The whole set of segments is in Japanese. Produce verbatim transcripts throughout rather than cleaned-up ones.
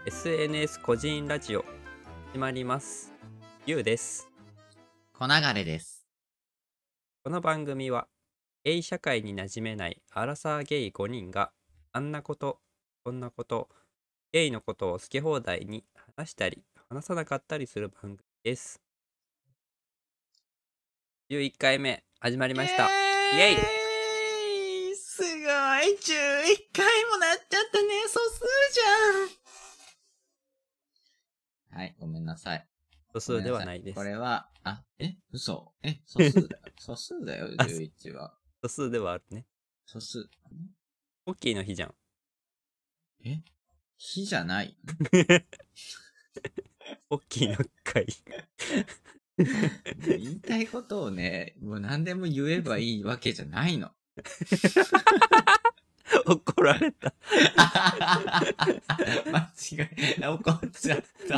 エスエヌエス 個人ラジオ始まります。ゆうです。 小流れです。 この番組はゲイ社会に馴染めないアラサーゲイごにんがあんなことこんなことゲイのことを好き放題に話したり話さなかったりする番組です。じゅういっかいめ始まりイました。イエイ。 エーイすごい !じゅういっかいもなっちゃったね。素数じゃん。はい、ごめんなさい。 素数ではないです。 これは、あ、え嘘え素数だよ。素数だよ、じゅういちは。 素数ではあるね。 素数。 ポッキーの日じゃん。 え日じゃないポッキーの回。 言いたいことをね、もう何でも言えばいいわけじゃないの。 怒られた。 間違え、怒っちゃった。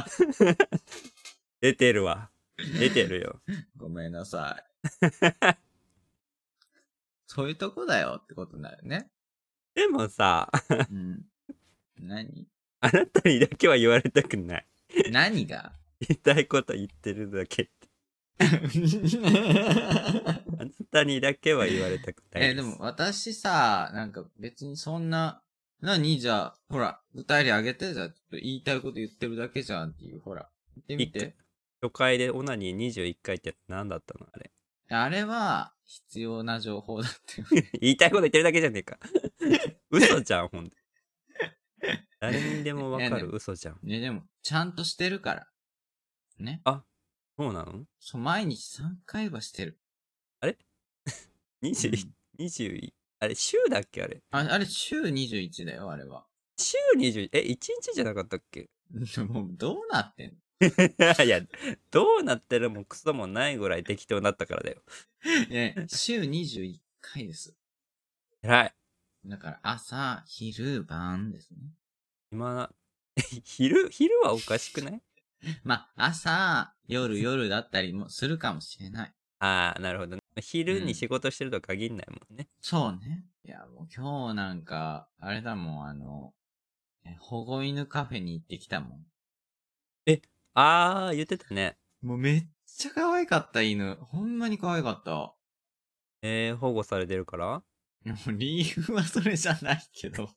出てるわ。出てるよ。 ごめんなさい。そういうとこだよってことだよね。 でもさ、 うん。何あなたにだけは言われたくない。 何が言いたいこと言ってるだけって。あなたにだけは言われたくないです。 え、でも私さ、なんか別にそんな、何じゃあ、ほら、歌いりあげてじゃあ、ちょっと言いたいこと言ってるだけじゃんっていう、ほら、言ってみて。 初回でオナニーにじゅういっかいって何だったのあれ。 あれは、必要な情報だったよね。 言いたいこと言ってるだけじゃねえか。嘘じゃん、ほんと。誰にでもわかる嘘じゃん。 ね、でも、ちゃんとしてるから。ね。 あ、そうなの？ そう、毎日さんかいはしてる。 あれ ?にじゅう、 うん、 にじゅう、あれ、週だっけあれ。 ああれ、週にじゅういちだよ、あれは。 週にじゅう、え、いちにちじゃなかったっけ？ もう、どうなってんのいや、どうなってるもクソもないぐらい適当になったからだよ。 ね、週にじゅういっかいです。 偉い。 だから、朝、昼、晩ですね。 今な、昼、昼はおかしくない？ まあ、朝、夜、夜だったりもするかもしれない。 ああ、なるほどね。昼に仕事してるとは限んないもんね。 そうね。いや、もう今日なんか、あれだもん、あの、え保護犬カフェに行ってきたもん。 え、ああ、言ってたね。 もうめっちゃ可愛かった犬。ほんまに可愛かった。 えー、保護されてるから？ もう理由はそれじゃないけど。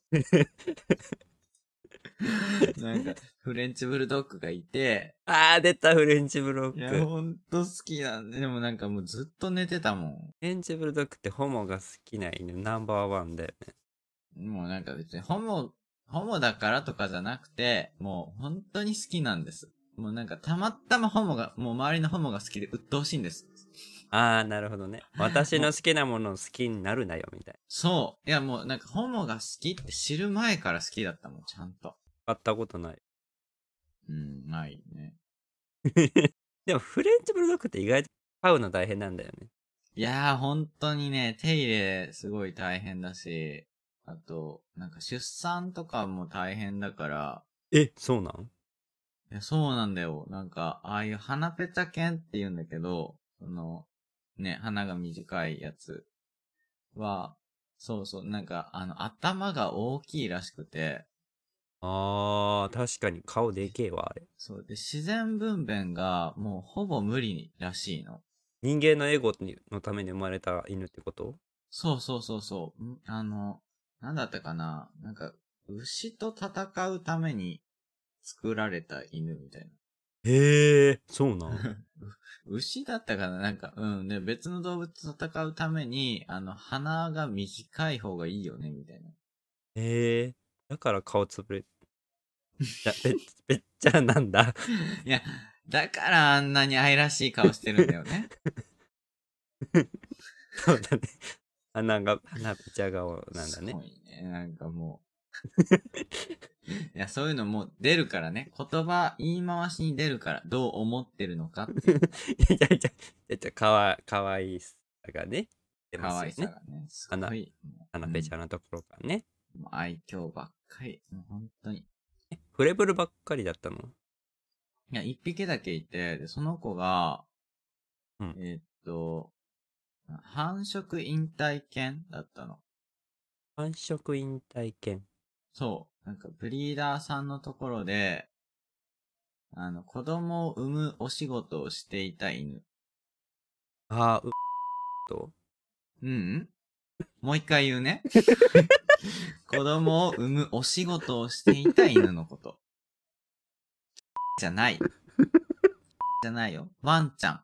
なんか、フレンチブルドッグがいて、 ああ、出た、フレンチブルドいや、 ッグ。 ほんと好きなんで、でもなんかもうずっと寝てたもん。 フレンチブルドッグってホモが好きな犬ナンバーワンだよね。 もうなんか別にホモ、ホモだからとかじゃなくて、もう本当に好きなんです。もうなんかたまたまホモが、もう周りのホモが好きで鬱陶しいんです。 ああ、なるほどね。私の好きなものを好きになるなよ、みたいな。 そう。いやもうなんかホモが好きって知る前から好きだったもん、ちゃんと。 買ったことない。 うん、ないね。 でも、フレンチブルドッグって意外と飼うの大変なんだよね。 いやー本当にね、手入れすごい大変だし、あと、なんか出産とかも大変だから、 え、そうなん？ いや、そうなんだよ。なんか、ああいう鼻ペチャ犬って言うんだけど、その、ね、鼻が短いやつは、そうそう、なんか、あの、頭が大きいらしくて、 ああ、確かに顔でけえわ、あれ。 そう、で、自然分娩がもうほぼ無理らしいの。 人間のエゴのために生まれた犬ってこと？ そうそうそうそう。んあの、なんだったかななんか、牛と戦うために作られた犬みたいな。 へえ、そうなん？ 牛だったかななんか、うん。で、別の動物と戦うために、あの、鼻が短い方がいいよね、みたいな。 へえ、だから顔つぶれ、じゃ、べ、べっちゃなんだ。 いや、だからあんなに愛らしい顔してるんだよね。 そうだね。鼻が、鼻ぺちゃ顔なんだね。 すごいね。なんかもう。いや、そういうのもう出るからね。言葉、言い回しに出るから、どう思ってるのかっていう。 いやいやいやいや、かわ、かわいさがね、出ま可愛すよね。 さがね。す鼻、 ごい。 鼻ぺちゃなところがね。 うん、もう愛嬌ばっかり。もう本当に。 え、フレブルばっかりだったの？ いや、一匹だけいて、で、その子が、 うん。 えーっと、繁殖引退犬だったの。 繁殖引退犬。 そなんかブリーダーさんのところで、あの、子供を産むお仕事をしていた犬。 あー、うと。 うんうんもう一回言うね。子供を産むお仕事をしていた犬のこと。じゃない。じゃないよ。ワンちゃん。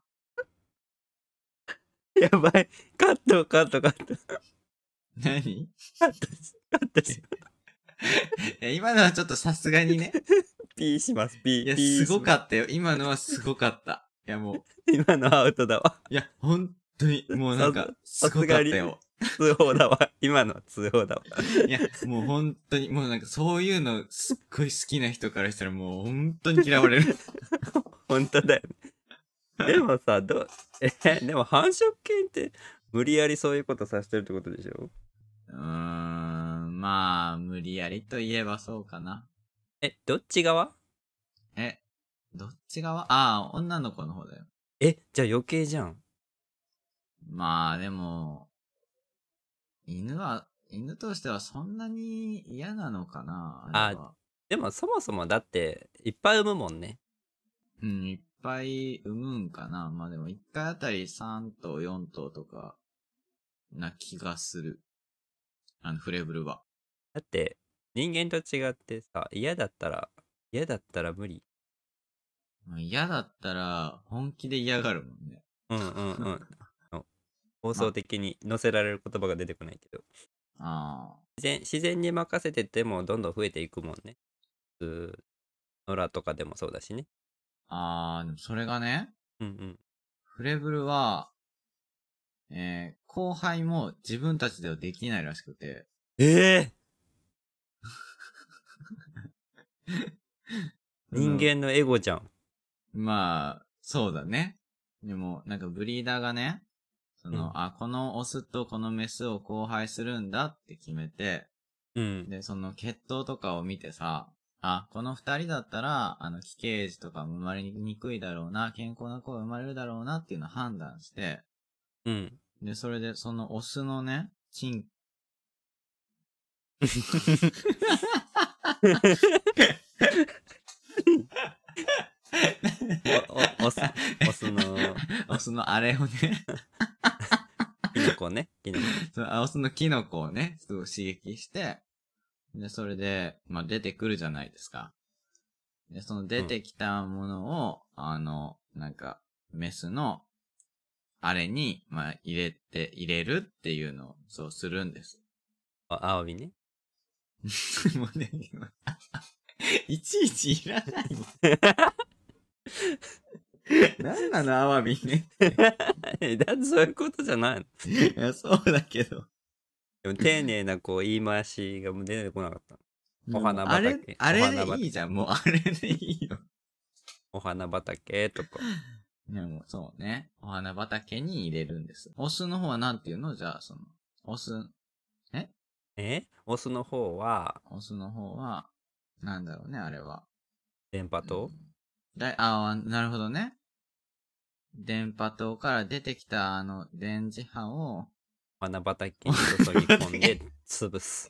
やばい。カット、カット、カット。 何カットし、カットし、 いや今のはちょっとさすがにね。 ピーします、ピー、 いや、 ピーすごしかったよ。今のはすごかった。いや、もう。 今のアウトだわ。 いや、本当に、もうなんか、すごかったよ。 通報だわ。今のは通報だわ。 いや、もう本当に、もうなんかそういうのすっごい好きな人からしたらもう本当に嫌われる。 本当だよね。でもさ、どう、え、でも繁殖犬って無理やりそういうことさせてるってことでしょ？ うーん、まあ、無理やりと言えばそうかな。 え、どっち側？ え、どっち側ああ、女の子の方だよ。 え、じゃあ余計じゃん。 まあ、でも、犬は、犬としてはそんなに嫌なのかなあれは。 でもそもそもだっていっぱい産むもんね。 うん、いっぱい産むんかなまあでもいっかいあたりさん頭よん頭とか、な気がする。あの、フレブルは。 だって人間と違ってさ、嫌だったら、嫌だったら無理。 まあ嫌だったら、本気で嫌がるもんね。 うんうんうん。放送的に載せられる言葉が出てこないけど。 あ自然、自然に任せててもどんどん増えていくもんね。うー野良とかでもそうだしね。 あ。ああ、でもそれがね、 うんうん。 フレブルは、えー、後輩も自分たちではできないらしくて。 ええその人間のエゴじゃん。 まあ、そうだね。でも、なんかブリーダーがね、その、 うんあ、このオスとこのメスを交配するんだって決めて、 うん。 で、その血統とかを見てさ、あ、この二人だったら、あの、奇形児とかも生まれにくいだろうな、健康な子が生まれるだろうなっていうのを判断して、 うん。 で、それで、そのオスのね、チン、 お、お、オス、オスの、 オスのあれをね、 キノコね。キノコ。 そのオスのキノコをね、すごい刺激して、で、それで、まあ、出てくるじゃないですか。で、その出てきたものを、うん、あの、なんか、メスの、あれに、まあ、入れて、入れるっていうのを、そうするんです。 あ、アワビね。 もうね、いちいちいらないもん。何なの、アワビね。 だってそういうことじゃないの。 いや、そうだけど。 でも丁寧なこう言い回しが出てこなかった。お花あれ畑。、 あれお花でいいじゃん。もうあれでいいよ。 お花畑とか。 いや、もうそうね。お花畑に入れるんです。オスの方はなんていうのじゃあ、その、オス、ええオスの方は、 オスの方は、なんだろうね、あれは。 電波塔、 うんだああ、なるほどね。電波塔から出てきたあの電磁波を、 お花畑に注ぎ込んで潰す。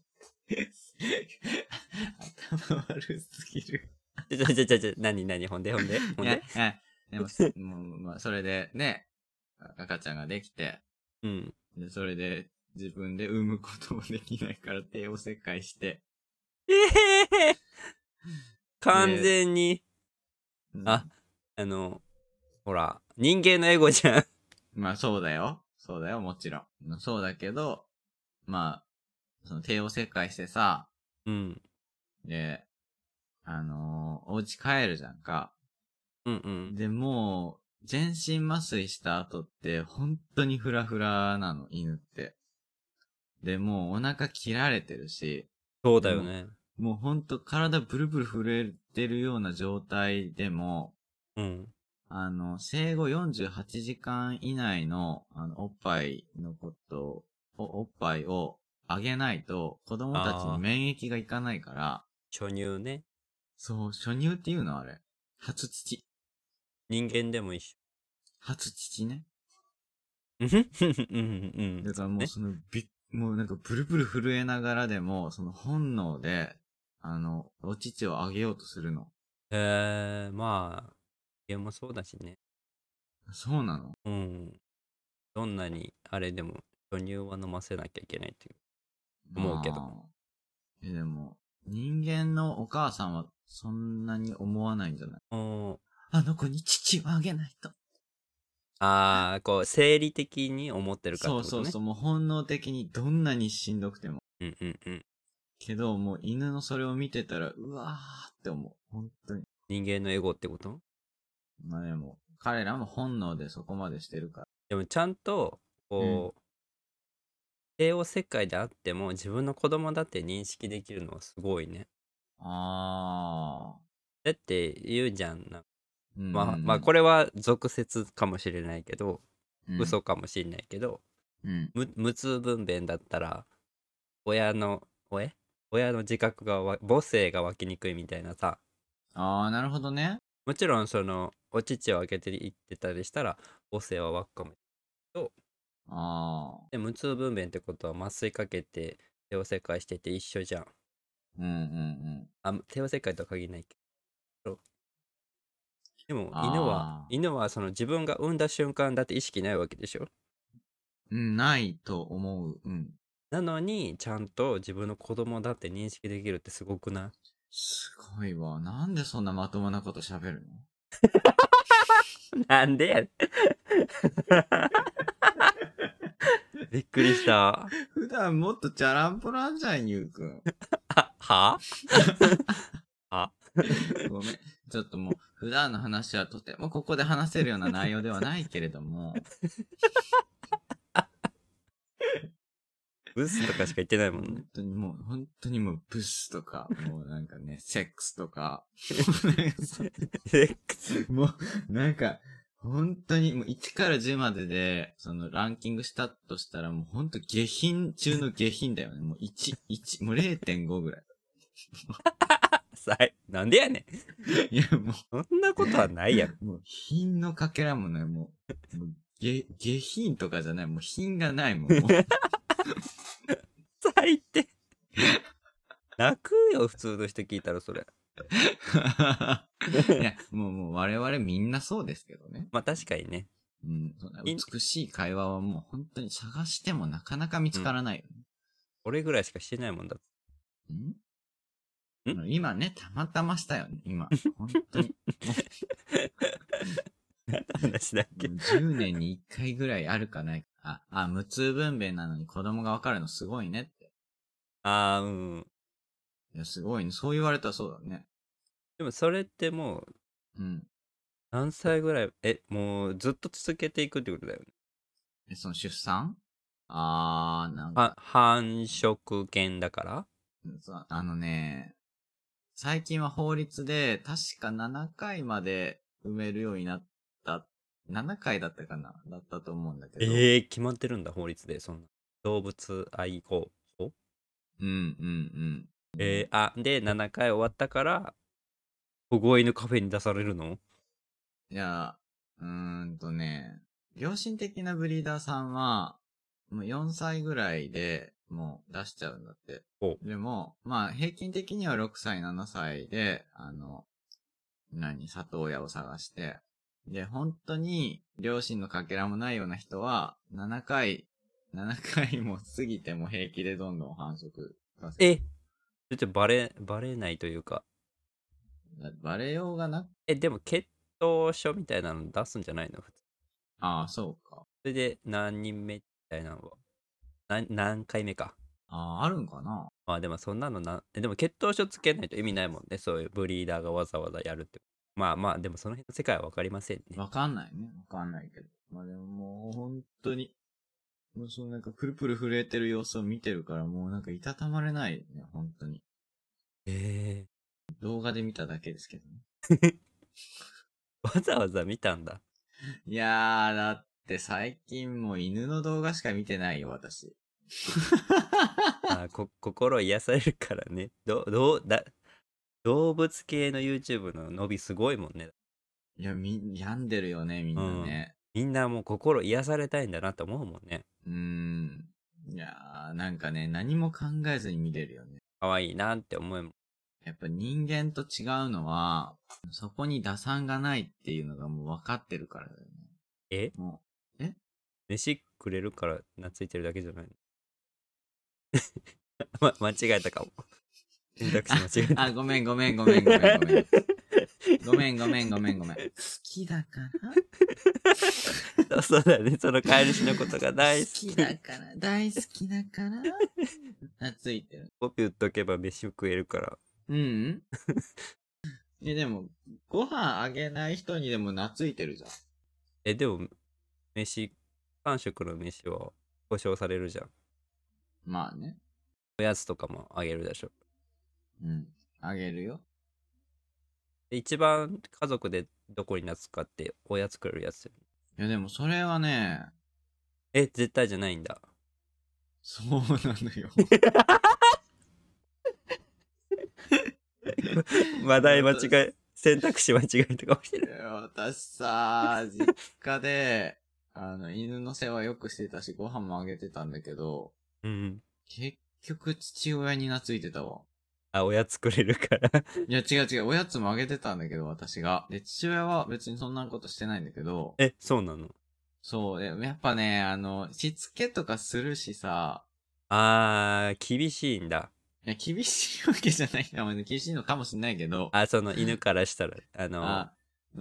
頭悪すぎる。 ちょちょちょちょちょ、なになにほんでほんでほんいや、 でいや、でも、もう、まあ、それでね、赤ちゃんができて、 うん。 で、それで自分で産むこともできないから帝王切開して、 ええー、完全に、 うんあ、あの、ほら、人間のエゴじゃん。 まあそうだよ。そうだよ、もちろん。そうだけど、まあ、その帝王切開してさ、 うん。 で、あのー、お家帰るじゃんか。 うんうん。 で、もう、全身麻酔した後って、本当にフラフラなの、犬って。で、もうお腹切られてるし、 そうだよね。 もうほんと体ブルブル震えてるような状態でも、 うん。 あの、生後よんじゅうはちじかん以内の、あの、おっぱいのことを、おっぱいをあげないと、子供たちに免疫がいかないから、 初乳ね。 そう、初乳っていうのあれ。初乳。 人間でも一緒。 初乳ね。 うんうんうん。 だからもうその、び、もうなんかブルブル震えながらでも、その本能で、 あの、お乳をあげようとするの。 へえ、まあ、ゲームもそうだしね。 そうなの？ うん。どんなにあれでも、初乳は飲ませなきゃいけないっていう思うけど。 ああ。え、でも、人間のお母さんはそんなに思わないんじゃない？ おあの子に乳をあげないと。 ああ、こう、生理的に思ってるかってことね。 そうそうそう、もう本能的にどんなにしんどくても。 うんうんうん。 けど、もう犬のそれを見てたら、うわーって思う。本当に。 人間のエゴってこと？ まあでも、彼らも本能でそこまでしてるから。 でもちゃんと、 うん。 こう、帝王切開であっても自分の子供だって認識できるのはすごいね。 あだって言うじゃん。なんかー。うんうんうまあ、 ん。 まあ、これは俗説かもしれないけど、 うん。 嘘かもしれないけど、 うん。 無無痛分娩だったら、親の、親親の自覚がわ、母性が湧きにくいみたいなさ、 あー、なるほどね。 もちろんその、お乳をあげていってたりしたら、母性は湧くかもしれないけど、 あで、無痛分娩ってことは麻酔かけて、帝王切開してて一緒じゃん。 ー。うんうんうん。 あ、帝王切開とは限らないけど。でも、犬は、 あ犬はその自分が産んだ瞬間だって意識ないわけでしょ。 ー。うん、ないと思う。うん。 なのに、ちゃんと自分の子供だって認識できるってすごくない？ すごいわ。なんでそんなまともなこと喋るの？ なんでやねんびっくりした。 普段もっとチャランポランじゃん、ゆうくん。 は、ははごめん。ちょっともう、普段の話はとてもここで話せるような内容ではないけれども。 ブスとかしか言ってないもんね。 本当にもう、本当にもう、ブスとか、もうなんかね、セックスとか。 セックス。 もう、なんか、本当に、もういちからじゅうまでで、そのランキングしたとしたら、もう本当下品中の下品だよね。もういち、いち、もう れいてんご ぐらい。 さい、なんでやねん。 いや、もそんなことはないやん。 う、もう、品のかけらもない、もう、もう下、下品とかじゃない、もう品がないもん。もう最低。泣くよ、普通の人聞いたらそれ。 いや、もう、もう我々みんなそうですけどね。 まあ確かにね。 うん、そんないん美しい会話はもう本当に探してもなかなか見つからないよね。 俺ぐらいしかしてないもんだ。 んん今ね、たまたましたよね、今。本当に。も何の話だっけ？ うじゅうねんにいっかいぐらいあるかないか。あ、あ、無痛分娩なのに子供がわかるのすごいねって。 ああ、うん。 いや、すごいね。そう言われたらそうだね。 でもそれってもう、 うん。 何歳ぐらい、え、もうずっと続けていくってことだよね。 え、その出産あー、なんは、 か、 繁殖犬だから。 そうあのね、最近は法律で確かななかいまで産めるようになった。ななかいだったかなだったと思うんだけど。 ええー、決まってるんだ、法律で。そんな。動物愛護法。 うんうんうん。 えー、あ、で、ななかい終わったから、保護犬カフェに出されるの？ いや、うーんとね、良心的なブリーダーさんは、もうよんさいぐらいでもう出しちゃうんだって。 おでも、まあ平均的にはろくさい、ななさいで、あの、何、里親を探して、で、本当に両親のかけらもないような人は、ななかい、ななかいも過ぎても平気でどんどん繁殖させる。 え、それってバレ、バレないというか。 だバレようがな、 え、でも血統書みたいなの出すんじゃないの普通？ ああ、そうか。 それで何人目みたいなのは。な何回目か。 ああ、あるんかな。 まあでもそんなのな、えでも血統書つけないと意味ないもんね。そういうブリーダーがわざわざやるって。まあまあ、でもその辺の世界はわかりませんね。 わかんないね。わかんないけど。まあでももう本当に、もうそのなんかプルプル震えてる様子を見てるからもうなんかいたたまれないね、本当に。 え動画で見ただけですけどね。 ー、わざわざ見たんだ。 いやー、だって最近もう犬の動画しか見てないよ、私。 あこ心癒されるからね。どどうだ動物系の YouTube の伸びすごいもんね。 いや、み、病んでるよね、みんなね。 みんなもう心癒されたいんだなと思うもんね。 うーん。いやー、なんかね、何も考えずに見れるよね。 可愛いなって思うもん。 やっぱ人間と違うのは、そこに打算がないっていうのがもう分かってるからだよね。 えもう、え飯くれるから懐いてるだけじゃないの？ま、間違えたかも。選択肢間違えた。 あ、ごめんごめんごめんごめんごめん。ごめんごめんごめんごめん。好きだからそうだね。その飼い主のことが大好き。 好きだから、大好きだから、懐いてる。 コピ打っとけば飯食えるから。 うん。え、でも、ご飯あげない人にでも懐いてるじゃん。 え、でも、飯、さん食の飯は保証されるじゃん。 まあね。 おやつとかもあげるでしょ。 うん。あげるよ。 で一番家族でどこに懐くかっておやつくれるやつよ。 いやでもそれはね、 え、絶対じゃないんだ。 そうなのよ。 話題間違え、選択肢間違えたかもしれない。 いや私さ、実家で、あの、犬の世話よくしてたし、ご飯もあげてたんだけど、 うん。 結局父親に懐いてたわ。 あ、おやつくれるから。 いや違う違う、おやつもあげてたんだけど、私が。で、父親は別にそんなことしてないんだけど、 え、そうなの？ そう、でやっぱね、あの、しつけとかするしさ、 あー、厳しいんだ。 いや、厳しいわけじゃないかもね、厳しいのかもしんないけど、 あ、その犬からしたら、あの、 あ、うん。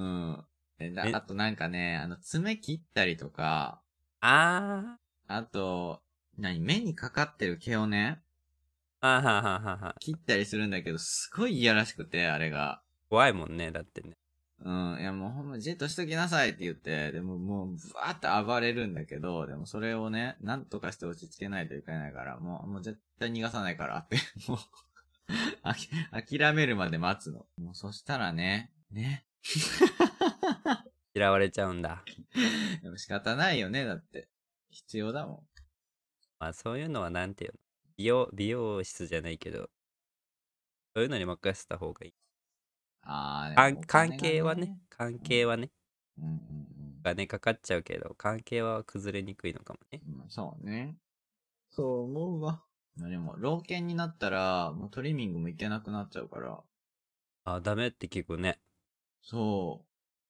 えだえあとなんかね、あの、爪切ったりとか、 ああと、何、目にかかってる毛をね、 ー、あーはははは。 切ったりするんだけど、すごいいやらしくて、あれが。 怖いもんね、だってね。 うん、いやもうほんまじっとしときなさいって言って、でももう、ぶわーって暴れるんだけど、でもそれをね、なんとかして落ち着けないといけないから、もう、もう絶対逃がさないからって、もうあき、諦めるまで待つの。もうそしたらね、ね。 嫌われちゃうんだ。 でも仕方ないよね、だって。必要だもん。 まあそういうのはなんていうの、美容、美容室じゃないけど、そういうのに任せた方がいい。 あー、でかんもお関金が係はね、 ね。 関係はね、 うんうんお金かかっちゃうけど、関係は崩れにくいのかもね。 うん。まあ、そうね。そう思うわ。でも、老犬になったら、もうトリミングもいけなくなっちゃうから。 あ、ダメって聞くね。 そう。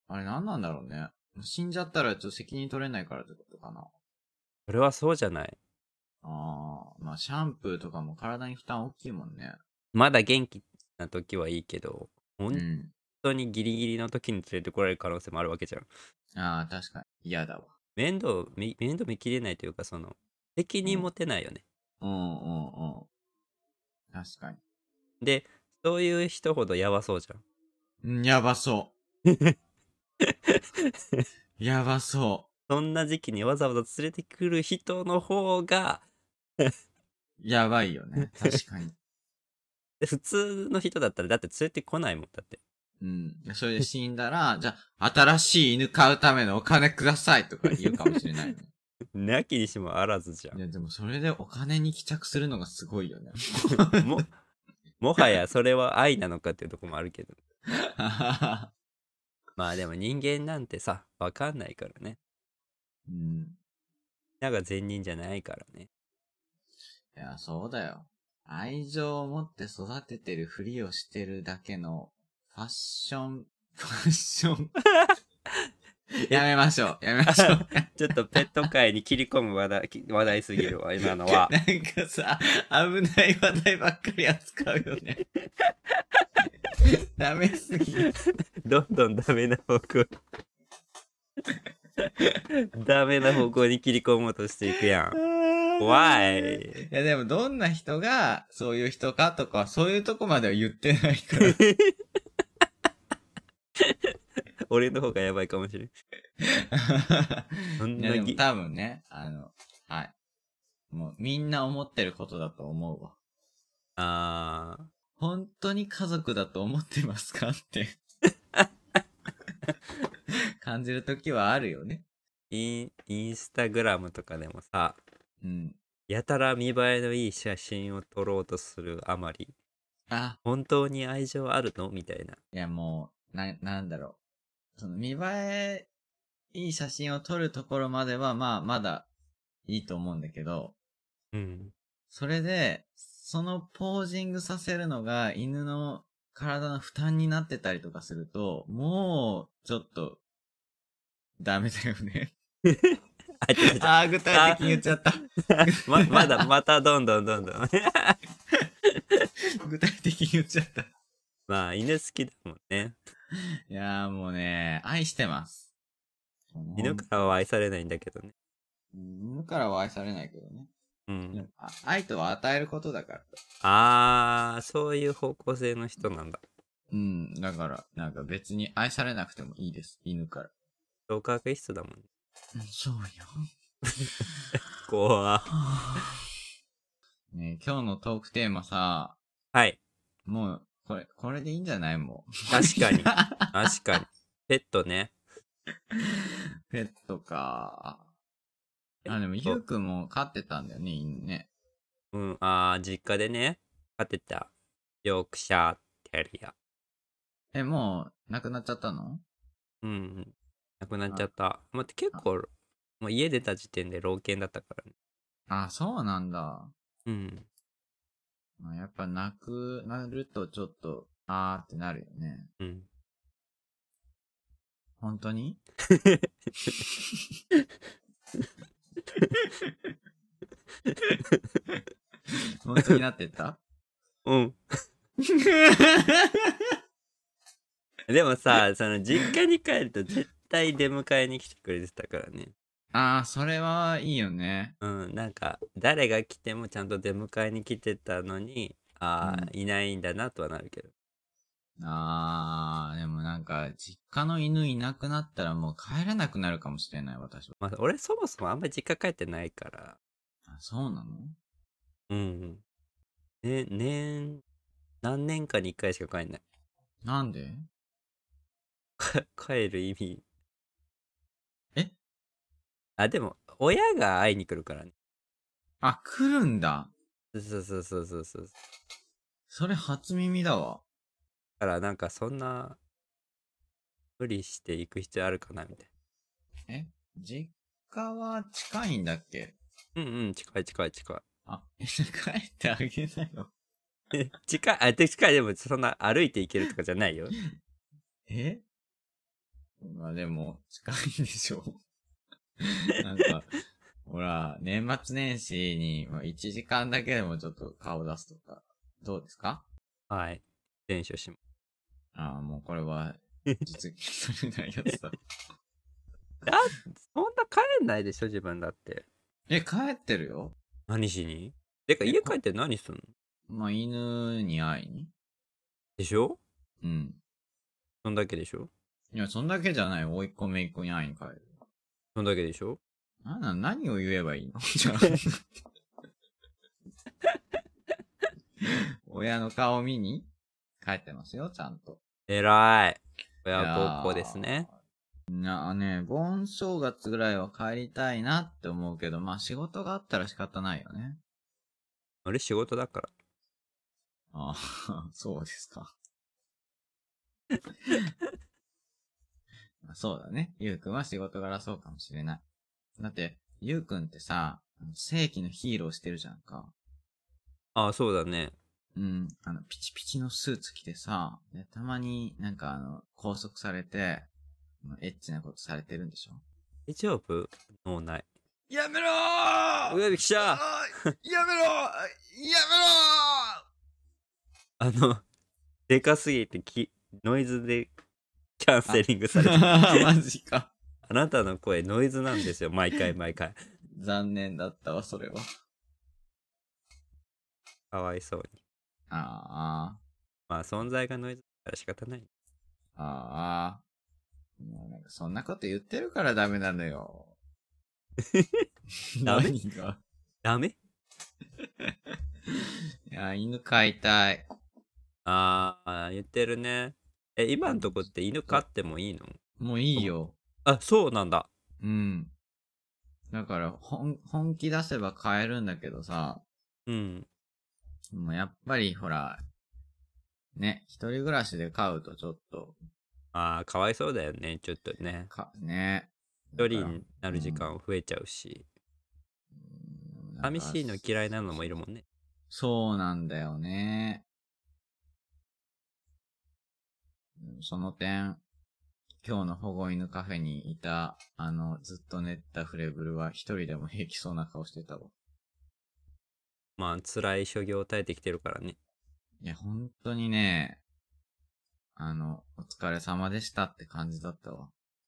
あれ何なんだろうね。死んじゃったらちょっと責任取れないからってことかな。 それはそうじゃない。 ああ、まあシャンプーとかも体に負担大きいもんね。 まだ元気な時はいいけど、本うん。 当にギリギリの時に連れてこられる可能性もあるわけじゃん。 ああ、確かに。嫌だわ。 面倒見、面倒見きれないというか、その、責任持てないよね。 うんうんうん。確かに。 で、そういう人ほどやばそうじゃん。 うん、やばそう。やばそそんな時期にわざわざ連れてくる人の方がう。やばいよね。確かに。 普通の人だったらだって連れてこないもんだって。 うん。それで死んだら、じゃあ、新しい犬買うためのお金くださいとか言うかもしれないね。 なきにしもあらずじゃん。 いや、でもそれでお金に帰着するのがすごいよね。 も、もはやそれは愛なのかっていうところもあるけど。まあでも人間なんてさ、わかんないからね。 うん。 なんか善人じゃないからね。 いや、そうだよ。愛情を持って育ててるふりをしてるだけのファッション、ファッション。やめましょう。やめましょう。 ちょっとペット界に切り込む話題、話題すぎるわ、今のは。 なんかさ、危ない話題ばっかり扱うよね。ダメすぎる。 どんどんダメな方向。ダメな方向に切り込もうとしていくやん。怖い。 いやでもどんな人がそういう人かとか、そういうとこまでは言ってないから。 俺の方がやばいかもしれん。そんいやなぎ、 でも多分ね、あの、はい。もうみんな思ってることだと思うわ。 あー。 本当に家族だと思ってますかって感じるときはあるよね。 イン、インスタグラムとかでもさ、 うん。 やたら見栄えのいい写真を撮ろうとするあまり、 あ、 本当に愛情あるのみたいな。 いやもう、な、なんだろう。その見栄えいい写真を撮るところまでは、まあ、まだいいと思うんだけど、 うん。 それで、そのポージングさせるのが犬の体の負担になってたりとかすると、もう、ちょっと、ダメだよね。 あ、違う違う。 あー、具体的に言っちゃった。 ま、まだ、またどんどんどんどん。 具体的に言っちゃった。 まあ、犬好きだもんね。 いやーもうね、愛してます。 犬からは愛されないんだけどね。 犬からは愛されないけどね。 うん。 あ愛とは与えることだから。 あー、そういう方向性の人なんだ。 うん、だから、なんか別に愛されなくてもいいです、犬から。 消化学質だもんね。 そうよ。 怖ねえ今日のトークテーマさ、 はい。 もう、これ、これでいいんじゃないもう。 確かに。確かに。ペットね。 ペットか。あ、でも、ゆうくんも飼ってたんだよね、犬ね。 うん、あー、実家でね、飼ってた、ヨークシャーテリア。 え、もう、亡くなっちゃったの？ うん、亡くなっちゃった。まあ、結構、もう家出た時点で老犬だったからね。 あ、そうなんだ。 うん。 まあ、やっぱ亡くなるとちょっと、あーってなるよね。 うん。 本当に？本当になってた？ うん。でもさ、その実家に帰ると絶対出迎えに来てくれてたからね。 ああ、それはいいよね。 うん、なんか誰が来てもちゃんと出迎えに来てたのに、ああ、 うんいないんだなとはなるけど。 あー、でもなんか、実家の犬いなくなったらもう帰れなくなるかもしれない、私は。 まあ、俺そもそもあんまり実家帰ってないから。 あ、そうなの？ うん。ね、年、何年かに一回しか帰んない。 なんで？ か帰る意味。 えあ、でも、親が会いに来るからね。 あ、来るんだ。 そうそうそうそうそう。 それ初耳だわ。 だからなんかそんな、無理して行く必要あるかなみたいえ実家は近いんだっけ？ な。うんうん、近い近い近い。 あ、帰ってあげなよ。 え近い、あ、で近い、でもそんな歩いて行けるとかじゃないよ。 えまあでも、近いんでしょ。なんか、ほら、年末年始にいちじかんだけでもちょっと顔出すとか、どうですか？ はい。伝承しまああ、もうこれは、実現されないやつだ。 す。あ、そんな帰んないでしょ、自分だって。 え、帰ってるよ。 何しにてか、 え家帰って何すんのまあ、犬に会いに。 でしょうん。 そんだけでしょいや、そんだけじゃない。甥っ子姪っ子に会いに帰る。 そんだけでしょなんなん、何を言えばいいの？じゃあ。親の顔見に帰ってますよ、ちゃんと。 えらい。親いや孝行ですね。 なあね、盆正月ぐらいは帰りたいなって思うけど、まあ仕事があったら仕方ないよね。 俺仕事だから。 ああ、そうですか。そうだね。ゆうくんは仕事柄そうかもしれない。だって、ゆうくんってさ、正規のヒーローしてるじゃんか。 ああ、そうだね。 うん、あの、ピチピチのスーツ着てさ、でたまになんかあの、拘束されて、エッチなことされてるんでしょ？ 大丈夫もうない。 やめろーうわびっくりしたやめろーやあの、でかすぎてき、ノイズでキャンセリングされてめろーマジか。 あなたの声ノイズなんですよ、毎回毎回。 残念だったわ、それは。 かわいそうに。 あまあ、存在がノイズだから仕方ない。 あ、ああ。もうなんかそんなこと言ってるからダメなのよ。 ダメ何がダメいや、犬飼いたい。 ああ、言ってるね。え、今んとこって犬飼ってもいいのもういいよ。 あ、そうなんだ。 うん。だから、本、本気出せば飼えるんだけどさ、 うん。 もうやっぱりほら、ね、一人暮らしで飼うとちょっと、 ああ、かわいそうだよね、ちょっとね。 か、ね。 一人になる時間増えちゃうし。 うん寂しいの嫌いなのもいるもんね。 そうなんだよね。 その点、今日の保護犬カフェにいた、あの、ずっと寝たフレブルは一人でも平気そうな顔してたわ。 まあ、辛い所業を耐えてきてるからね。 いや、本当にね、あの、お疲れ様でしたって感じだったわ。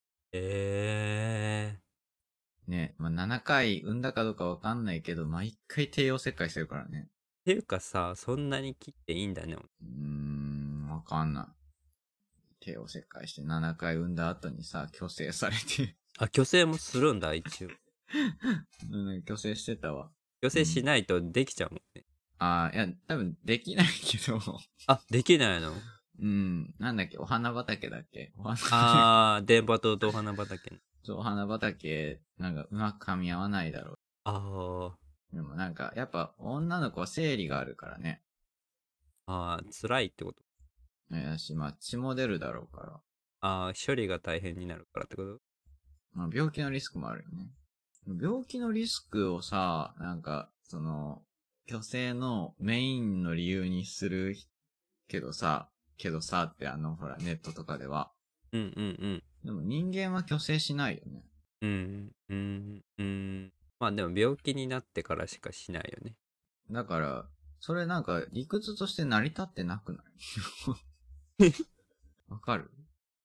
えー。 ね、まあ、ななかい産んだかどうかわかんないけど、毎回帝王切開してるからね。 っていうかさ、そんなに切っていいんだね。 うーん、わかんない。帝王切開してななかい産んだ後にさ、虚勢されて。 あ、虚勢もするんだ、一応。 うん、虚勢してたわ。 虚勢しないとできちゃうもんね。 ああ、いや、多分できないけど。 あ、できないのうん、なんだっけ、お花畑だっけお花あー、電波塔とお花畑の。 そう、お花畑、なんかうまく噛み合わないだろう。 あー、 でもなんか、やっぱ女の子は生理があるからね。 あー、辛いってこと。 やし、まあ血も出るだろうから。 あー、処理が大変になるからってこと。 まあ病気のリスクもあるよね。病気のリスクをさ、なんか、その、虚勢のメインの理由にするけどさ、けどさってあの、ほら、ネットとかでは。 うんうんうん。 でも人間は虚勢しないよね。 うん、うん、うん。まあでも病気になってからしかしないよね。 だから、それなんか理屈として成り立ってなくないわかる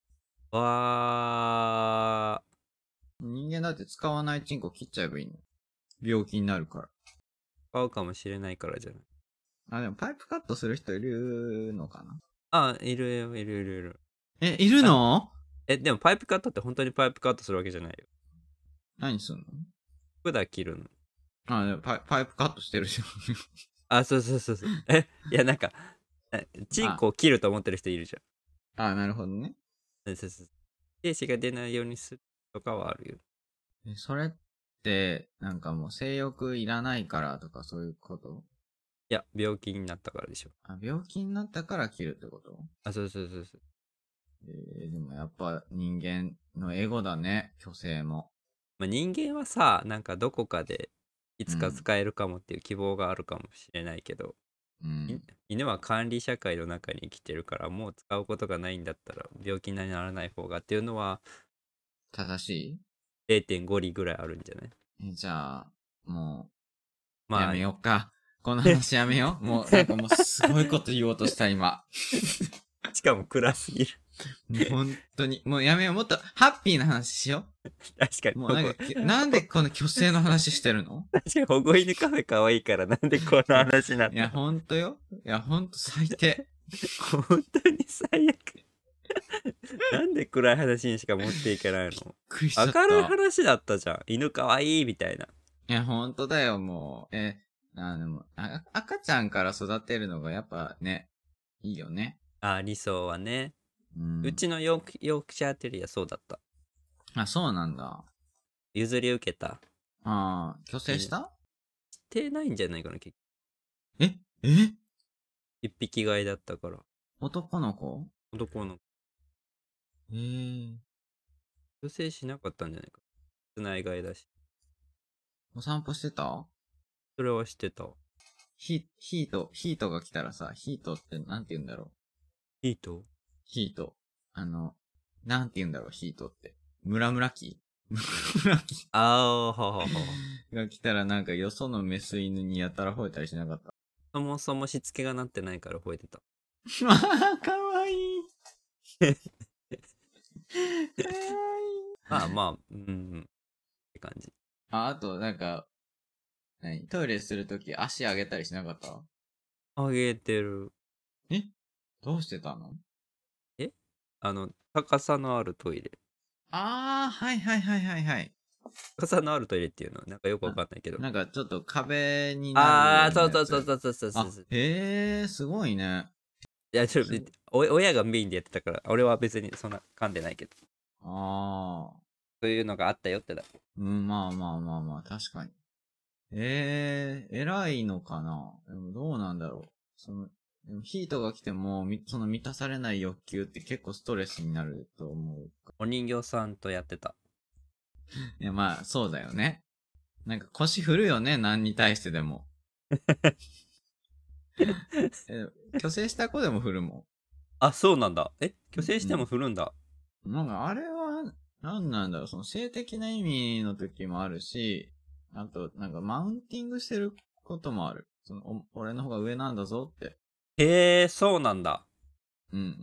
わ人間だって使わないチンコ切っちゃえばいいの。病気になるから。 ー、買うかもしれないからじゃない。 あ、でもパイプカットする人いるのかなあ、いるよ、いるいるいる。 え、いるのえ、でもパイプカットって本当にパイプカットするわけじゃないよ。 何すんの管切るの。 あ、でもパイパイプカットしてるじあ、そうそうそうそう。え、いやなんか、えチンコを切ると思ってる人いるじゃん。あ、なるほどね。 ゃん。そうそうそう。精子が出ないようにするとかはあるよ。 え、それって、なんかもう性欲いらないからとかそういうこといや、病気になったからでしょ。 あ、病気になったから切るってことあ、そうそうそうそう。 えー、でもやっぱ人間のエゴだね、虚勢も。 まあ、人間はさ、なんかどこかでいつかうん。 使えるかもっていう希望があるかもしれないけど、いうん。 犬は管理社会の中に生きてるからもう使うことがないんだったら病気にならない方がっていうのは正しれいてんごりぐらいあるんじゃない。 いえ、じゃあ、もう、やまあ、 めようか。この話やめよう。もう、なんかもうすごいこと言おうとした今。 しかも暗すぎる。 もう本当に。もうやめよう。もっとハッピーな話しよ確かにう。もうなんか、なんでこの虚勢の話してるの確かに保護犬カフェ可愛いからなんでこの話になっいや、 たの。 ほんとよ。いや、ほんと最低。 本当に最悪。なんで暗い話にしか持っていけないの。 びっくりしちゃった。 明るい話だったじゃん。犬可愛いみたいな。 いや、ほんとだよ、もう。え、あでもあ、赤ちゃんから育てるのがやっぱね、いいよね。 あ、理想はね。 うん。 うちのヨークヨークシャーテリアそうだった。 あ、そうなんだ。 譲り受けた。 ああ、虚勢したしてないんじゃないかな、結ええ一匹飼いだったから。 男の子男のええ女性しなかったんじゃないか。室内飼いだし。 お散歩してたそれは知ってた。 ヒ、ヒート、ヒートが来たらさ、ヒートってなんて言うんだろうヒートヒート。あの、なんて言うんだろう、ヒートって。ムラムラ期ムラムラ期ああ、はははは。 が来たらなんかよそのメス犬にやたら吠えたりしなかったそもそもしつけがなってないから吠えてた。 ああ、かわいい。かわいい。 まあまあ、うん、うん。って感じ。 あ、あと、なんか、何トイレするとき足上げたりしなかったあげてる。 えどうしてたのえあの、高さのあるトイレ。 ああ、はいはいはいはいはい。 高さのあるトイレっていうのはなんかよくわかんないけど。 なんかちょっと壁になるああ、 ようなやつ。 そうそうそうそうそうそうあそう。、 へえ、すごいね。 いや、ちょっと、お親がメインでやってたから、俺は別にそんな噛んでないけど。 ああ、 そういうのがあったよってだ。 うん、まあまあまあまあ、確かに。ええ、偉いのかなでもどうなんだろう。その、でもヒートが来ても、みその満たされない欲求って結構ストレスになると思う。 お人形さんとやってた。 いや、まあ、そうだよね。なんか腰振るよね、何に対してでも。え虚勢した子でも振るもあ、そうなんだ。え、虚勢してもうん。 振るんだ。 なんかあれは、なんなんだろう、その性的な意味の時もあるし、あと、なんかマウンティングしてることもある。その、お俺の方が上なんだぞって。 へえ、そうなんだ。 うんうんうん。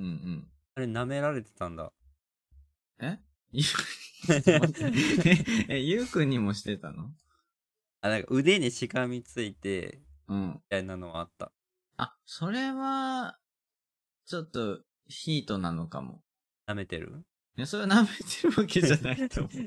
あれ、舐められてたんだ。 えゆちょっと待って。え、え、ゆうくんにもしてたの？ あ、なんか腕にしがみついて、 うん。 みたいなのはあった。 あ、それは、ちょっと、ヒートなのかも。 舐めてる？ いや、それは舐めてるわけじゃないと思う。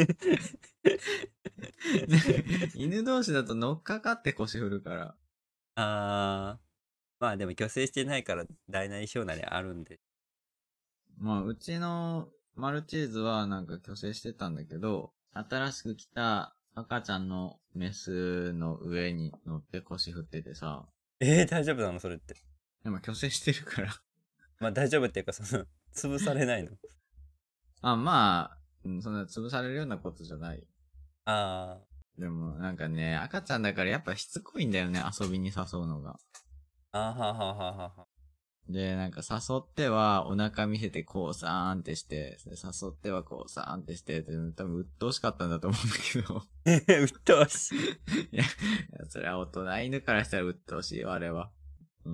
ね、犬同士だと乗っかかって腰振るから。 あー、まあでも虚勢してないから大なり小なりあるんで。 まあ、うちのマルチーズはなんか虚勢してたんだけど、新しく来た赤ちゃんのメスの上に乗って腰振っててさ、 えー、大丈夫なのそれって？ でも虚勢してるから。 まあ大丈夫っていうか、その、潰されないの？ あ、まあ、うん、そんな潰されるようなことじゃない。 あでもなんかね、赤ちゃんだからやっぱしつこいんだよね、遊びに誘うのが。 ー、あーははははは。 で、なんか誘ってはお腹見せてこうさーんってして、誘ってはこうさーんってしてって多分鬱陶しかったんだと思うんだけど。 うっとうしい。 いや、いやそれは大人犬からしたら鬱陶しいよ、あれは。うん。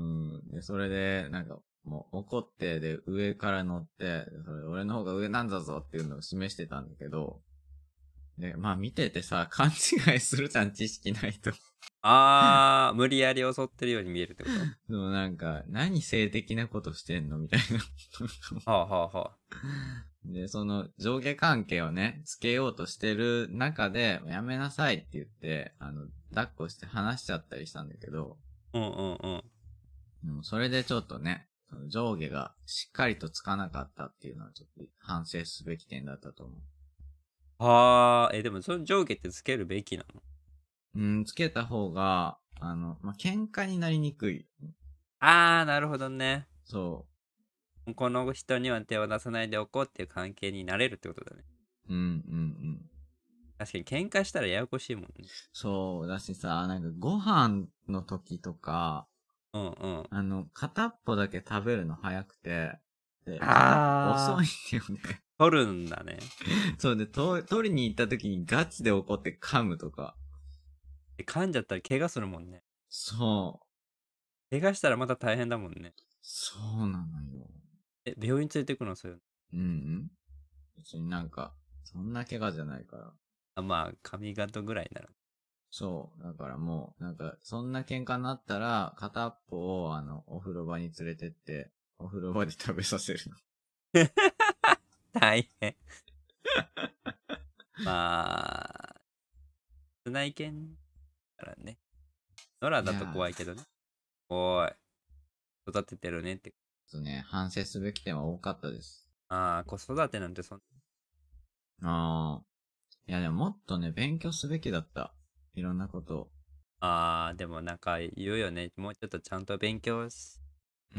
で、それで、なんか、もう怒って、で、上から乗って、それ俺の方が上なんだぞっていうのを示してたんだけど、で、まあ見ててさ、勘違いするじゃん、知識ないと。 あー、無理やり襲ってるように見えるってこと？ でもなんか、何性的なことしてんのみたいな。 はあはあはあ。 で、その上下関係をね、つけようとしてる中で、やめなさいって言って、あの、抱っこして話しちゃったりしたんだけど、 うんうんうん。 うん、それでちょっとね、その上下がしっかりとつかなかったっていうのはちょっと反省すべき点だったと思う。 はあ、え、でもその上下ってつけるべきなの？ うん、つけた方が、あの、まあ、喧嘩になりにくい。 あー、なるほどね。 そこの人には手を出さないでおこうっていう関係になれるってことだね。 う。うん、うん、うん。 確かに喧嘩したらややこしいもんね。 そう、だしさ、なんかご飯の時とか、 うんうん。 あの、片っぽだけ食べるの早くて、で、片っぽ遅あいんだよね。 ー、取るんだね。 そうで、と取りに行った時にガチで怒って噛むとか。 で噛んじゃったら怪我するもんね。 そう。 怪我したらまた大変だもんね。 そうなのよ。 え、病院連れてくのそういうの？ うんうん。別になんか、そんな怪我じゃないから。 あ、まあ、髪型ぐらいなら。 そう。だからもう、なんか、そんな喧嘩になったら、片っぽを、あの、お風呂場に連れてって、お風呂場で食べさせるの。 大変。まあ、室内犬からね。野良だといや怖いけどね。おーい、育ててるねって。 ー、ね、反省すべき点は多かったです。 ああ、子育てなんてそん、 ああ。いや、でももっとね、勉強すべきだった。いろんなことを。 ああ、でもなんか言うよね。もうちょっとちゃんと勉強し、 うん。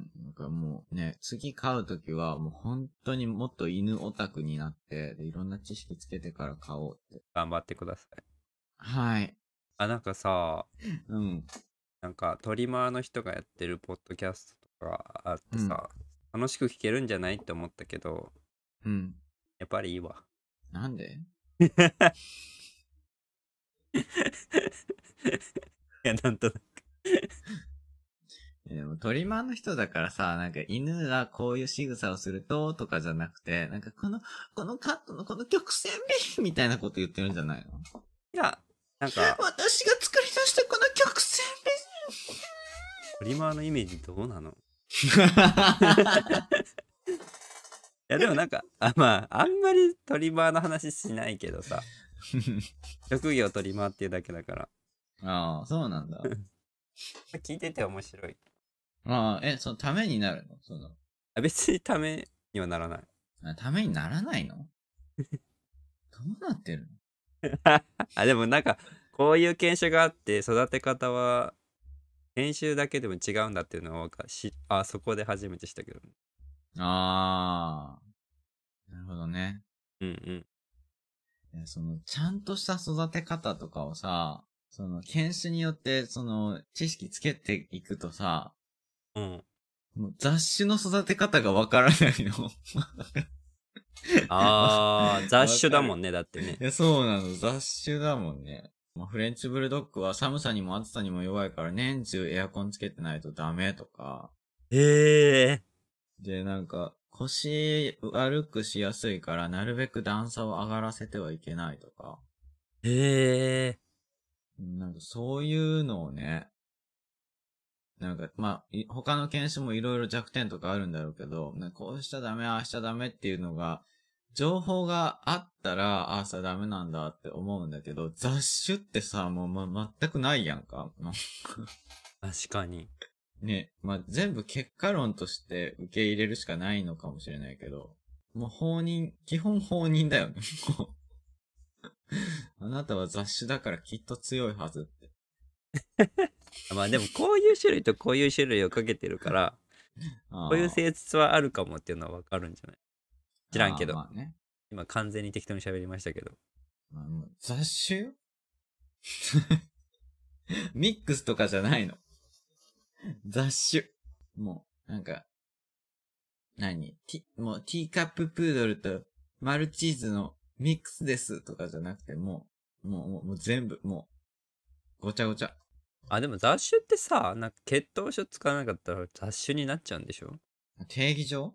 なんかもうね、次飼うときは、もう本当にもっと犬オタクになって、で、いろんな知識つけてから飼おうって。 頑張ってください。 はい。 あ、なんかさ、 うん。 なんかトリマーの人がやってるポッドキャストとかあっうん。 てさ、楽しく聞けるんじゃないって思ったけど、 うん。 やっぱりいいわ。 なんで？ いや、なんとなく。 でも、トリマーの人だからさ、なんか犬がこういう仕草をすると、とかじゃなくて、なんかこの、このカットのこの曲線美みたいなこと言ってるんじゃないの？ いや、なんか、 私が作り出したこの曲線トリマーのイメージどうなの？ 美いや、でもなんか、あ、まあ、あんまりトリマーの話しないけどさ、職業トリマーっていうだけだから、 ああ、そうなんだ。 聞いてて面白い。 ああ、え、そのためになるの？その、 あ、別にためにはならない。 あ、ためにならないの？どうなってるあ、でもなんか、こういう犬種があって、育て方は、編集だけでも違うんだっていうのはわかし、あ、そこで初めてしたけどね。 の？ああ、なるほどね。 うんうん。 いや、その、ちゃんとした育て方とかをさ、その、犬種によって、その、知識つけていくとさ、 うん。 もう雑種の育て方がわからないの。 あー、雑種だもんね。 ね、だってね。 いや、そうなの。雑種だもんね。まあ、フレンチブルドッグは寒さにも暑さにも弱いから年中エアコンつけてないとダメとか。 へえ。 で、なんか、腰悪くしやすいからなるべく段差を上がらせてはいけないとか。 へえ。 なんかそういうのをね、なんか、まあ、い他の犬種もいろいろ弱点とかあるんだろうけど、なんかこうしちゃダメ、ああしちゃダメっていうのが、情報があったら、ああさダメなんだって思うんだけど、雑種ってさ、もう、ま、全くないやんか。 確かに。 ね、まあ、全部結果論として受け入れるしかないのかもしれないけど、もう放任、基本放任だよね。もうあなたは雑種だからきっと強いはずって。 まあでもこういう種類とこういう種類をかけてるから、こういうあ性質はあるかもっていうのはわかるんじゃない？知あ、ああ、 らんけど。 まあね。 今完全に適当に喋りましたけど。 まあ、もう雑種よミックスとかじゃないの。雑種。もう、なんか、何ティ、もうティーカッププードルとマルチーズのミックスですとかじゃなくて、もう、もう、もうもう全部、もう、ごちゃごちゃ。 あ、でも雑種ってさ、なんか血統書使わなかったら雑種になっちゃうんでしょ？ 定義上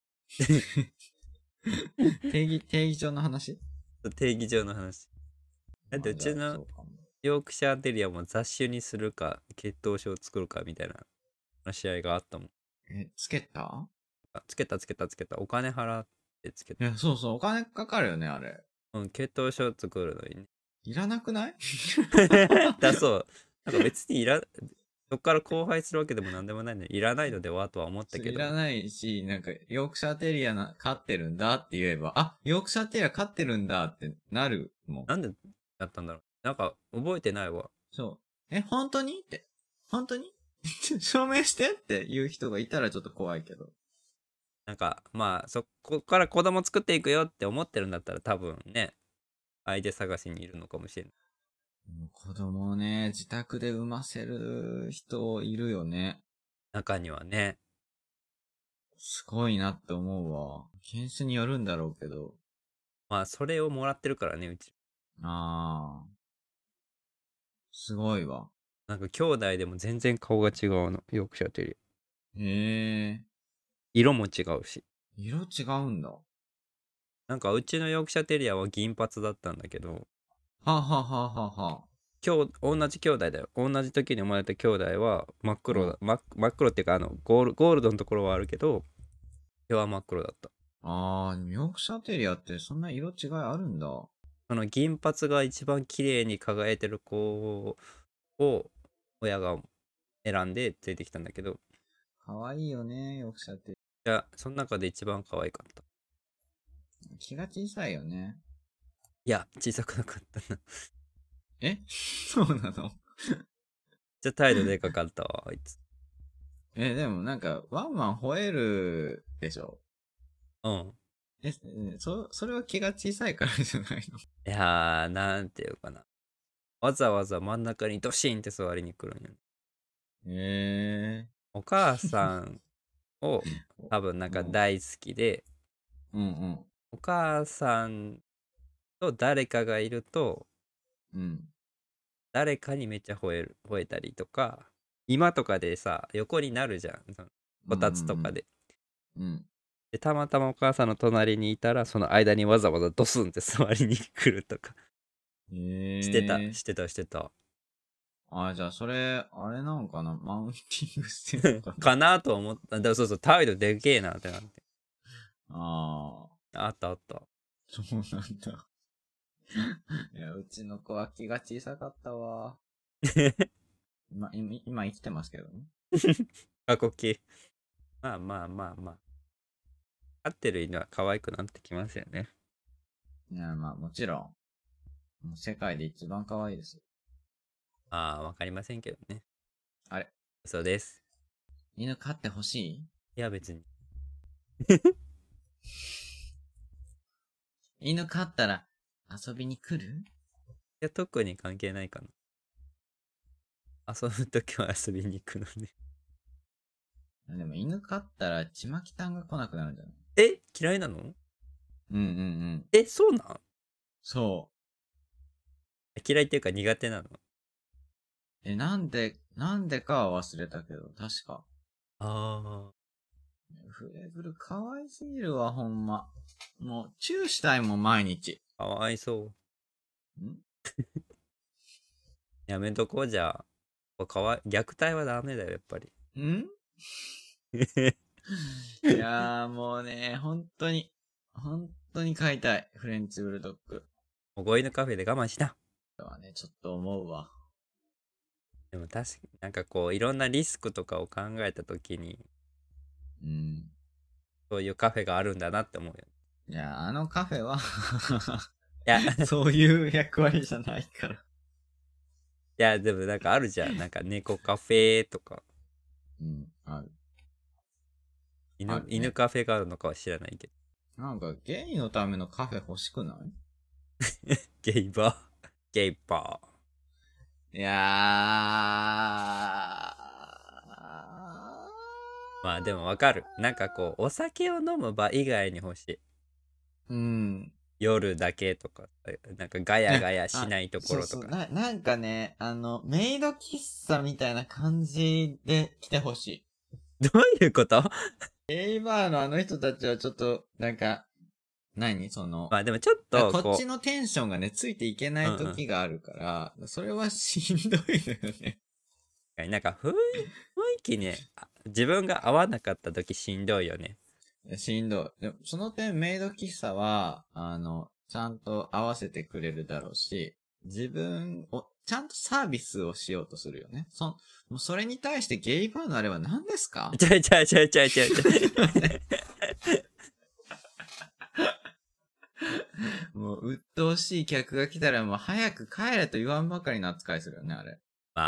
定義、定義上の話。 定義上の話。だってまあ、じゃあ、 うちのそうかも。 ヨークシャーテリアも雑種にするか血統書を作るかみたいな話し合いがあったもん。 え、つけたあつけたつけたつけた。お金払ってつけた。 いや、そうそう、お金かかるよね、あれ。 うん、血統書を作るのにね。 いらなくないだそう。なんか別にいら、そっから荒廃するわけでもなんでもないのに、いらないのではとは思ったけど、 いらないし、なんか、ヨークシャーテリアな、飼ってるんだって言えば、あ、ヨークシャーテリア飼ってるんだってなるもん。 なんでやったんだろう。なんか覚えてないわ。 そう。え、本当にって。本当に証明してって言う人がいたらちょっと怖いけど。 なんかまあ、そこから子供作っていくよって思ってるんだったら多分ね、相手探しにいるのかもしれない。 もう子供をね、自宅で産ませる人いるよね。 中にはね。 すごいなって思うわ。犬種によるんだろうけど。 まあ、それをもらってるからね、うち。 あー。すごいわ。 なんか兄弟でも全然顔が違うの、ヨークシャーテリア。 へえ。 色も違うし。 色違うんだ。はなんかうちのヨークシャーテリアは銀髪だったんだけど、 あ、はあはあはあはあ、 今日、同じ兄弟だよ。同じ時に生まれた兄弟は真っ黒だ。 うん。 真っ真っ黒っていうか、あの、ゴール、ゴールドのところはあるけど、毛は真っ黒だった。 あー、でもヨークシャーテリアってそんな色違いあるんだ。 その銀髪が一番綺麗に輝いてる子を親が選んで連れてきたんだけど、 かわいいよね、ヨークシャーテリいや、その中で一番可愛かった。 ア。気が小さいよね。 いや、小さくなかったな。 えそうなの？ じゃあ態度でかかったわ、あいつ。 え、でもなんか、ワンワン吠えるでしょ？ うん。 え、そ、それは気が小さいからじゃないの？ いやー、なんていうかな。わざわざ真ん中にドシンって座りに来るんよね。 へえお母さんをー。 多分なんかうん大好きで、 うんお母さんと誰かがいると、 うん。うん。 誰かにめっちゃ吠える、吠えたりとか、今とかでさ、横になるじゃん。そのこうんたつとかで。 うんうん。うん。 で、たまたまお母さんの隣にいたら、その間にわざわざドスンって座りに来るとか。してた、 へえ。 してた、してた。 あ、じゃあそれ、あれなのかな、マウンティングしてんのかな？ かなと思った。だからそうそう、態度でけえなってなって。 ああ、 あったあった。 そうなんだ。いや、うちの子は気が小さかったわ。今、今、今生きてますけどね。 過去形。まあまあまあまあ。飼ってる犬は可愛くなってきますよね。 いや、まあもちろん、もう世界で一番可愛いです。 ああ、わかりませんけどね。 あれ、 嘘です。 犬飼ってほしい？ いや別に。い犬飼ったら遊びに来る？ や特に関係ないかな。遊ぶときは遊びに行くので。 でも犬飼ったら、ちまきたんが来なくなるんじゃない？ え、嫌いなの？ うんうんうん。 え、そうなん？ そう。 嫌いっていうか苦手なの？ え、なんで、なんでかは忘れたけど、確か。 あフレブルかわいすぎるわ、ほんま。もう、チューしたいもん、毎日。 あ、かわいそう。 んやめとこうじゃあ。かわい、虐待はダメだよ、やっぱり。 んいやーもうね、本当に、本当に飼いたい。フレンチブルドッグ。 おごいのカフェで我慢しな。 とはね、ちょっと思うわ。 でも確かになんかこう、いろんなリスクとかを考えたときに、 うん。 そういうカフェがあるんだなって思うよ。 いや、あのカフェはいや、いそういう役割じゃないから。 や、でもなんかあるじゃん。なんか猫カフェとか、 うん、ある。あ犬、 るね。 犬カフェがあるのかは知らないけど。 なんか、ゲイのためのカフェ欲しくない？ ゲイバー。ゲイバー。 いやまあでもわかる。なんかこう、お酒を飲む場以外に欲しい。 ー。うん。 夜だけとか、なんかガヤガヤしあ、 ないとこそうそう、 ろとか。 な、なんかね、あの、メイド喫茶みたいな感じで来てほしい。 どういうこと？ ゲイバーのあの人たちはちょっと、なんか、何その、 まあでもちょっあとここっちのテンションがね、ついていけないうんうん時があるから、それはしんどいのよね。 う、なんか雰囲雰囲気ね、あ自分が合わなかった時しんどいよね。 しんどい。でも、その点、メイド喫茶は、あの、ちゃんと合わせてくれるだろうし、自分を、ちゃんとサービスをしようとするよね。そ、もうそれに対してゲイバーのあれは何ですか？ ちゃいちゃいちゃいちゃいちゃいちゃい。 もう、鬱陶しい客が来たらもう早く帰れと言わんばかりの扱いするよね、あれ。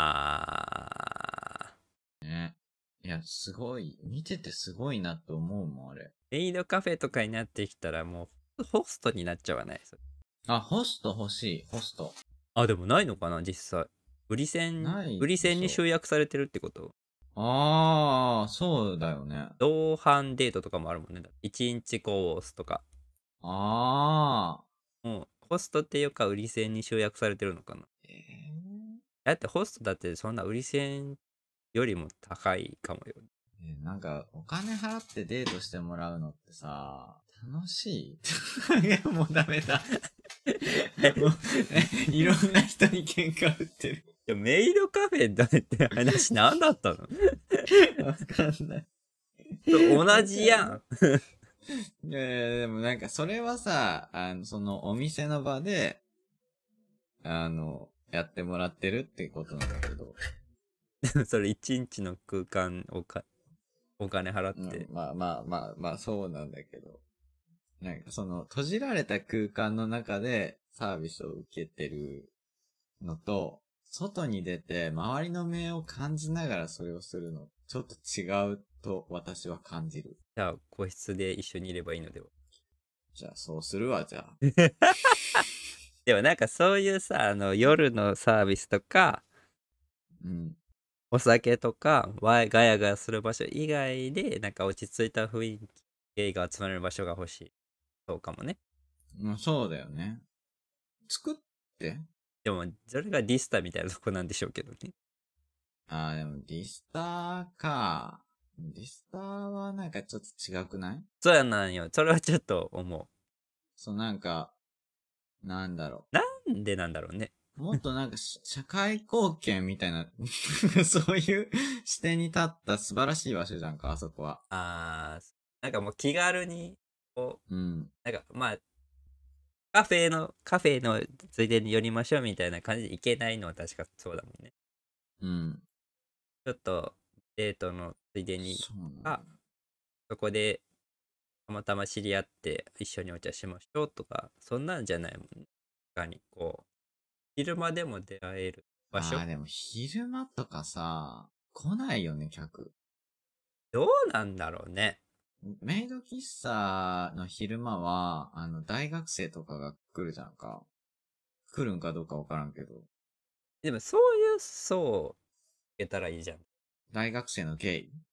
まあ、 ね。いや、すごい。見ててすごいなと思うもん、あれ。 メイドカフェとかになってきたらもうホストになっちゃわない？それあ、ホスト欲しい、ホスト。 あ、でもないのかな実際。売り線、 ない売り線にでしょ。 集約されてるってこと？ あー、そうだよね。 同伴デートとかもあるもんね。いちにちコースとか。 あもう、ホストっていうか売り線に集約されてるのかな。 ー。えだってホストだってそんな売り線よりも高いかもよ。 ー、えなんか、お金払ってデートしてもらうのってさ、楽しい？いや、もうダメだ。もう、えいろんな人に喧嘩売ってる。 いやメイドカフェだって話何だったの？ わかんない。 同じやん。 いやいや、でもなんかそれはさ、あの、そのお店の場で、あの、やってもらってるってことなんだけど。 それ一日の空間をかお金払うんって。 まあまあまあまあそうなんだけど。なんかその閉じられた空間の中でサービスを受けてるのと、外に出て周りの目を感じながらそれをするの、ちょっと違うと私は感じる。 じゃあ個室で一緒にいればいいのでは？ じゃあそうするわ、じゃあ。 でもなんかそういうさ、あの夜のサービスとか、 うん。 お酒とか、ワイガヤガヤする場所以外で、なんか落ち着いた雰囲気、ゲイが集まれる場所が欲しい。そうかもね。 まあそうだよね。作ってでも、それがディスタみたいなとこなんでしょうけどね。 ああ、でもディスターか。ディスターはなんかちょっと違くない？ そうやなんよ。それはちょっと思そうなんか、なんだろう。なんでなんだろうね。 う。もっとなんかし社会貢献みたいな、そういう視点に立った素晴らしい場所じゃんか、あそこは。 あー、なんかもう気軽に、こう、 うん。 なんかまあ、カフェの、カフェのついでに寄りましょうみたいな感じで行けないのは確かそうだもんね。 うん。 ちょっとデートのついでに、 そうなんだあ、 よ。 そこでたまたま知り合って一緒にお茶しましょうとか、そんなんじゃないもんね。他にこう、昼間でも出会える場所。 ああ、でも昼間とかさ、来ないよね、客。 どうなんだろうね。 メイド喫茶の昼間は、あの、大学生とかが来るじゃんか。来るんかどうかわからんけど。 でもそういう層を受けたらいいじゃん。 大学生のゲイ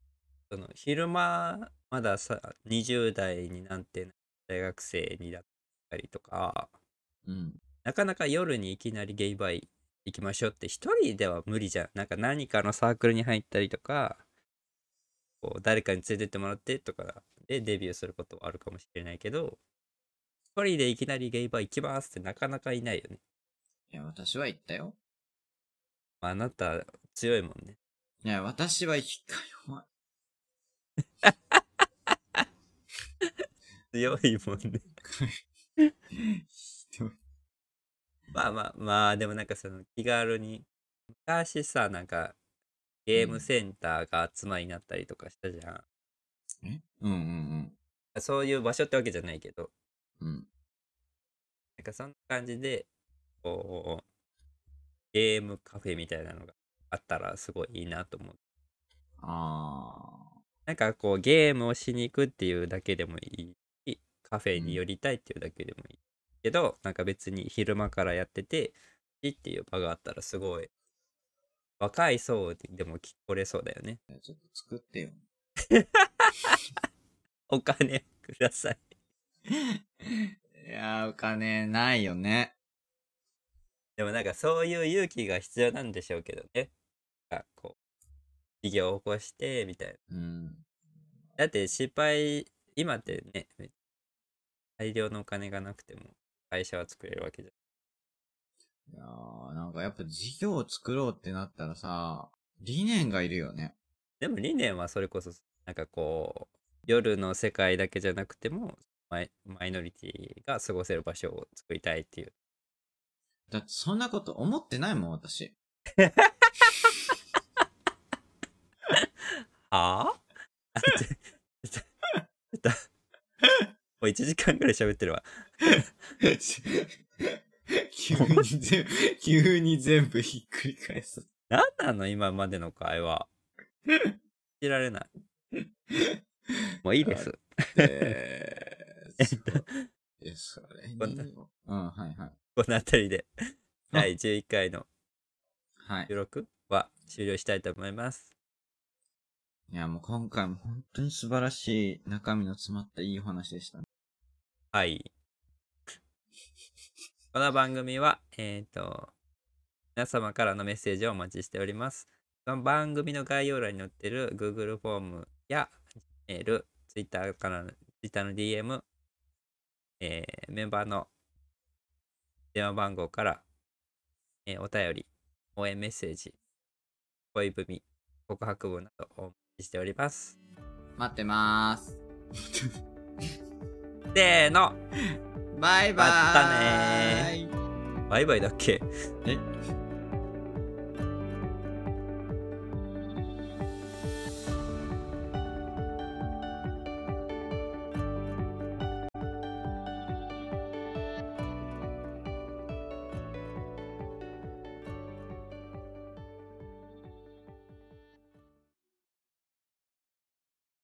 その昼間まださにじゅう代になんて大学生になったりとか、 うん。 なかなか夜にいきなりゲイバー行きましょうって一人では無理じゃん。なんか何かのサークルに入ったりとか、こう誰かに連れてってもらってとかでデビューすることはあるかもしれないけど、一人でいきなりゲイバー行きますってなかなかいないよね。 いや、私は言ったよ。 まあ、あなた強いもんね。 いや、私は一回も。 強いもんね。まあまあまあ、でもなんかその気軽に、昔さ、なんかゲームセンターが集まりになったりとかしたじゃん。 えうんうんそういう場所ってわけじゃないけど、 うん。うん。 なんかそんな感じで、こう、ゲームカフェみたいなのがあったらすごいいいなと思う。 あなんかこうゲームをしに行くっていうだけでもいいし、カフェに寄りたいっていうだけでもいい。けど、なんか別に昼間からやってて、っていう場があったらすごい、若い層でも聞これそうだよね。 ー。ちょっと作ってよ。 お金ください。 いやー、お金ないよね。 でもなんかそういう勇気が必要なんでしょうけどね。なんかこう、事業を起こして、みたいな。 うん。 だって失敗、今ってね、大量のお金がなくても会社は作れるわけじゃん。 いやー、なんかやっぱ事業を作ろうってなったらさ、理念がいるよね。 でも理念はそれこそ、なんかこう、夜の世界だけじゃなくても、マイ、マイノリティが過ごせる場所を作りたいっていう。 だってそんなこと思ってないもん、私。 はぁあちょ、ちょ、ちょっと、もういちじかんぐらい喋ってるわ。 急に全部、急に全部ひっくり返す。 何なの今までの会話。信じられない。もういいです。 えー、そうえ、それにこんな、 よ。うん、はいはい。 この辺りで、 あだいじゅういっかいのはい。 収録は終了したいと思います。 いや、もう今回も本当に素晴らしい中身の詰まったいいお話でしたね。 はい。この番組は、えっと、皆様からのメッセージをお待ちしております。この番組の概要欄に載っている Google フォームやメール、Twitter からの Twitter の ディーエム、えーメンバーの電話番号から、えーお便り、応援メッセージ、恋文、告白文などをお待ちしております。 待ってまーす。 せーの、 バイバーイ。 またねー。バイバイだっけ？ え